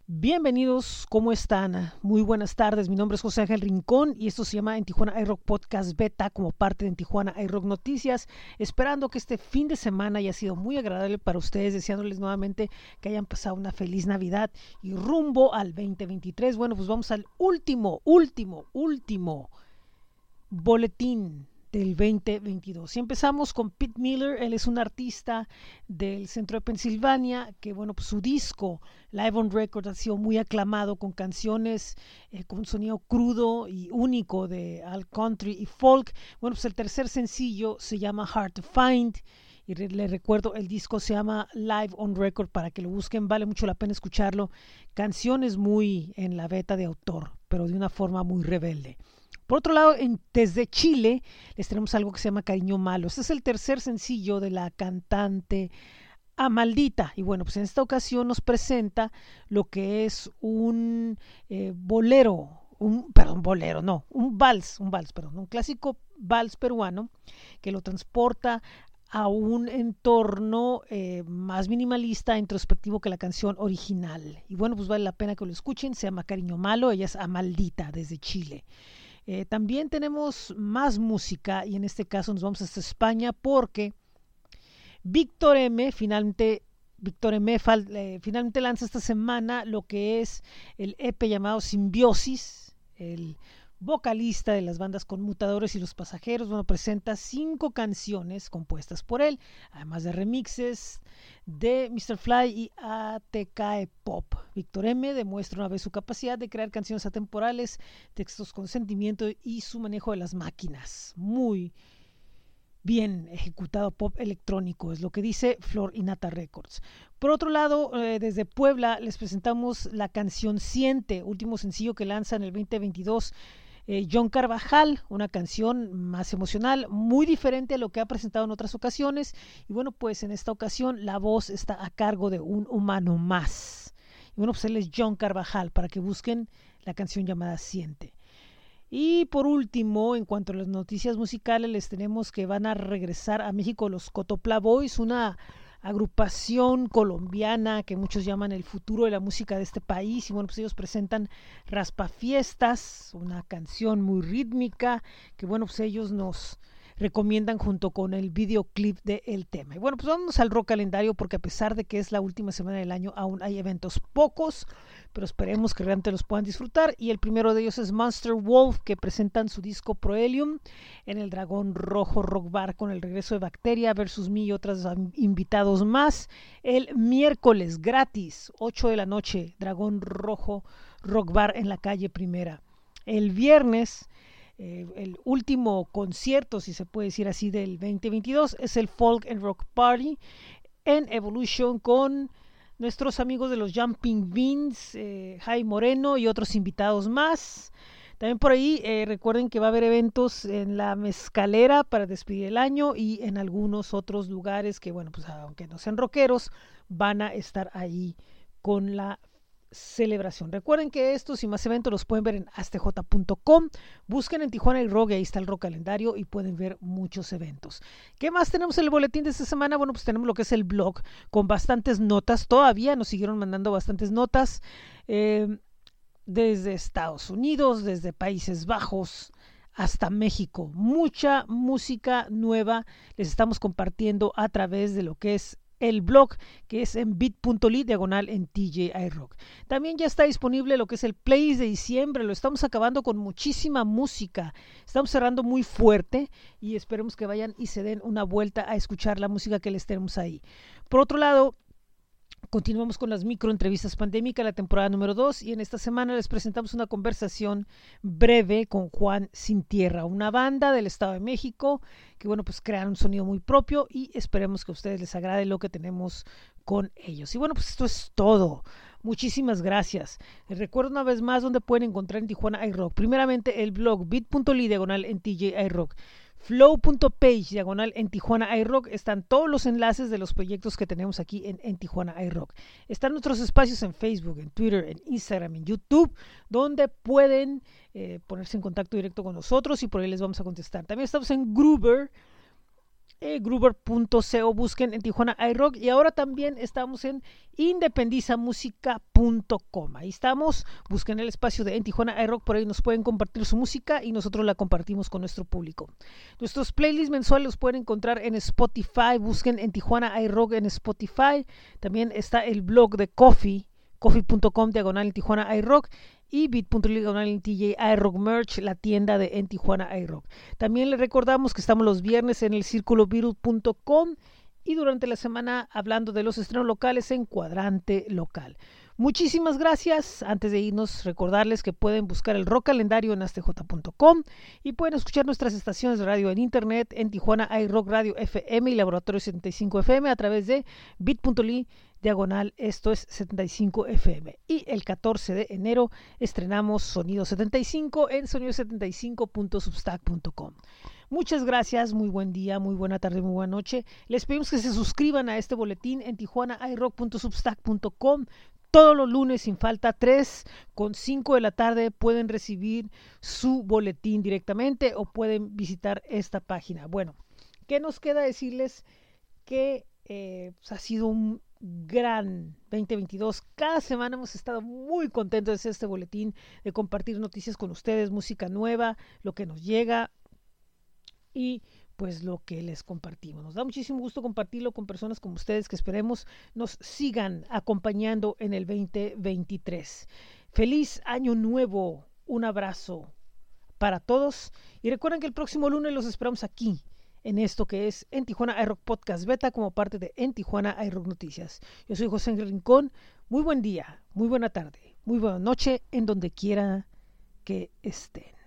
Bienvenidos, ¿cómo están? Muy buenas tardes, mi nombre es José Ángel Rincón y esto se llama En Tijuana iRock Podcast Beta como parte de En Tijuana iRock Noticias, esperando que este fin de semana haya sido muy agradable para ustedes, deseándoles nuevamente que hayan pasado una feliz Navidad y rumbo al 2023. Bueno, pues vamos al último boletín del 2022. Y empezamos con Pete Miller. Él es un artista del centro de Pensilvania que, bueno, pues su disco Live on Record ha sido muy aclamado con canciones con un sonido crudo y único de al country y folk. Bueno, pues el tercer sencillo se llama Hard to Find. Y le recuerdo, el disco se llama Live on Record para que lo busquen, vale mucho la pena escucharlo. Canciones muy en la veta de autor, pero de una forma muy rebelde. Por otro lado, desde Chile les tenemos algo que se llama Cariño Malo. Este es el tercer sencillo de la cantante Amaldita. Y bueno, pues en esta ocasión nos presenta lo que es un bolero, un vals, un clásico vals peruano que lo transporta a un entorno más minimalista, introspectivo que la canción original. Y bueno, pues vale la pena que lo escuchen. Se llama Cariño Malo, ella es Amaldita desde Chile. También tenemos más música y en este caso nos vamos hasta España porque Víctor M finalmente lanza esta semana lo que es el EP llamado Simbiosis. El vocalista de las bandas Conmutadores y Los Pasajeros, bueno, presenta 5 canciones compuestas por él, además de remixes de Mr. Fly y ATK Pop. Víctor M demuestra una vez su capacidad de crear canciones atemporales, textos con sentimiento y su manejo de las máquinas. Muy bien ejecutado pop electrónico, es lo que dice Flor y Nata Records. Por otro lado, desde Puebla les presentamos la canción Siente, último sencillo que lanza en el 2022 John Carvajal, una canción más emocional, muy diferente a lo que ha presentado en otras ocasiones. Y bueno, pues en esta ocasión la voz está a cargo de un humano más. Y bueno, pues él es John Carvajal, para que busquen la canción llamada Siente. Y por último, en cuanto a las noticias musicales, les tenemos que van a regresar a México los Cotopla Boys, una agrupación colombiana que muchos llaman el futuro de la música de este país. Y bueno, pues ellos presentan Raspafiestas, una canción muy rítmica que bueno, pues ellos nos recomiendan junto con el videoclip del tema. Y bueno, pues vamos al rock calendario porque a pesar de que es la última semana del año, aún hay eventos pocos, pero esperemos que realmente los puedan disfrutar. Y el primero de ellos es Monster Wolf, que presentan su disco Proelium en el Dragón Rojo Rock Bar con el regreso de Bacteria versus Me y otros invitados más. El miércoles gratis, 8 de la noche, Dragón Rojo Rock Bar en la calle Primera. El viernes el último concierto, si se puede decir así, del 2022 es el Folk and Rock Party en Evolution con nuestros amigos de los Jumping Beans, Jai Moreno y otros invitados más. También por ahí recuerden que va a haber eventos en la Mezcalera para despedir el año y en algunos otros lugares que, bueno, pues aunque no sean rockeros, van a estar ahí con la celebración. Recuerden que estos y más eventos los pueden ver en astj.com. Busquen en Tijuana iRock y ahí está el rock calendario y pueden ver muchos eventos. ¿Qué más tenemos en el boletín de esta semana? Bueno, pues tenemos lo que es el blog con bastantes notas. Todavía nos siguieron mandando bastantes notas desde Estados Unidos, desde Países Bajos hasta México. Mucha música nueva les estamos compartiendo a través de lo que es el blog, que es en bit.ly diagonal en TJ iRock. También ya está disponible lo que es el playlist de diciembre. Lo estamos acabando con muchísima música. Estamos cerrando muy fuerte y esperemos que vayan y se den una vuelta a escuchar la música que les tenemos ahí. Por otro lado, continuamos con las microentrevistas pandémicas, la temporada número 2, y en esta semana les presentamos una conversación breve con Juan Sin Tierra, una banda del Estado de México que, bueno, pues crean un sonido muy propio y esperemos que a ustedes les agrade lo que tenemos con ellos. Y bueno, pues esto es todo. Muchísimas gracias. Les recuerdo una vez más donde pueden encontrar en Tijuana iRock. Primeramente el blog bit.ly diagonal en TJ iRock. Flow.page diagonal en Tijuana iRock están todos los enlaces de los proyectos que tenemos aquí en Tijuana iRock. Están nuestros espacios en Facebook, en Twitter, en Instagram, en YouTube, donde pueden ponerse en contacto directo con nosotros y por ahí les vamos a contestar. También estamos en Groover, Groover.co, busquen en Tijuana iRock, y ahora también estamos en independizamusica.com. Ahí estamos, busquen el espacio de En Tijuana iRock, por ahí nos pueden compartir su música y nosotros la compartimos con nuestro público. Nuestros playlists mensuales los pueden encontrar en Spotify, busquen En Tijuana iRock en Spotify. También está el blog de coffee.com / Tijuana iRock, y bit.ly / TJ iRock Merch, la tienda de En Tijuana iRock. También les recordamos que estamos los viernes en el circulovirus.com y durante la semana hablando de los estrenos locales en Cuadrante Local. Muchísimas gracias. Antes de irnos, recordarles que pueden buscar el rock calendario en astj.com y pueden escuchar nuestras estaciones de radio en internet en Tijuana iRock Radio FM y Laboratorio 75 FM a través de bit.ly / esto es 75 FM. Y el 14 de enero estrenamos Sonido 75 en sonido75.substack.com. Muchas gracias, muy buen día, muy buena tarde, muy buena noche. Les pedimos que se suscriban a este boletín en tijuanairock.substack.com. Todos los lunes, sin falta, 3:05 de la tarde, pueden recibir su boletín directamente o pueden visitar esta página. Bueno, ¿qué nos queda decirles? Que ha sido un gran 2022. Cada semana hemos estado muy contentos de hacer este boletín, de compartir noticias con ustedes, música nueva, lo que nos llega y pues lo que les compartimos. Nos da muchísimo gusto compartirlo con personas como ustedes, que esperemos nos sigan acompañando en el 2023. Feliz año nuevo, un abrazo para todos y recuerden que el próximo lunes los esperamos aquí en esto que es En Tijuana iRock Podcast Beta, como parte de En Tijuana iRock Noticias. Yo soy José Ángel Rincón. Muy buen día, muy buena tarde, muy buena noche en donde quiera que estén.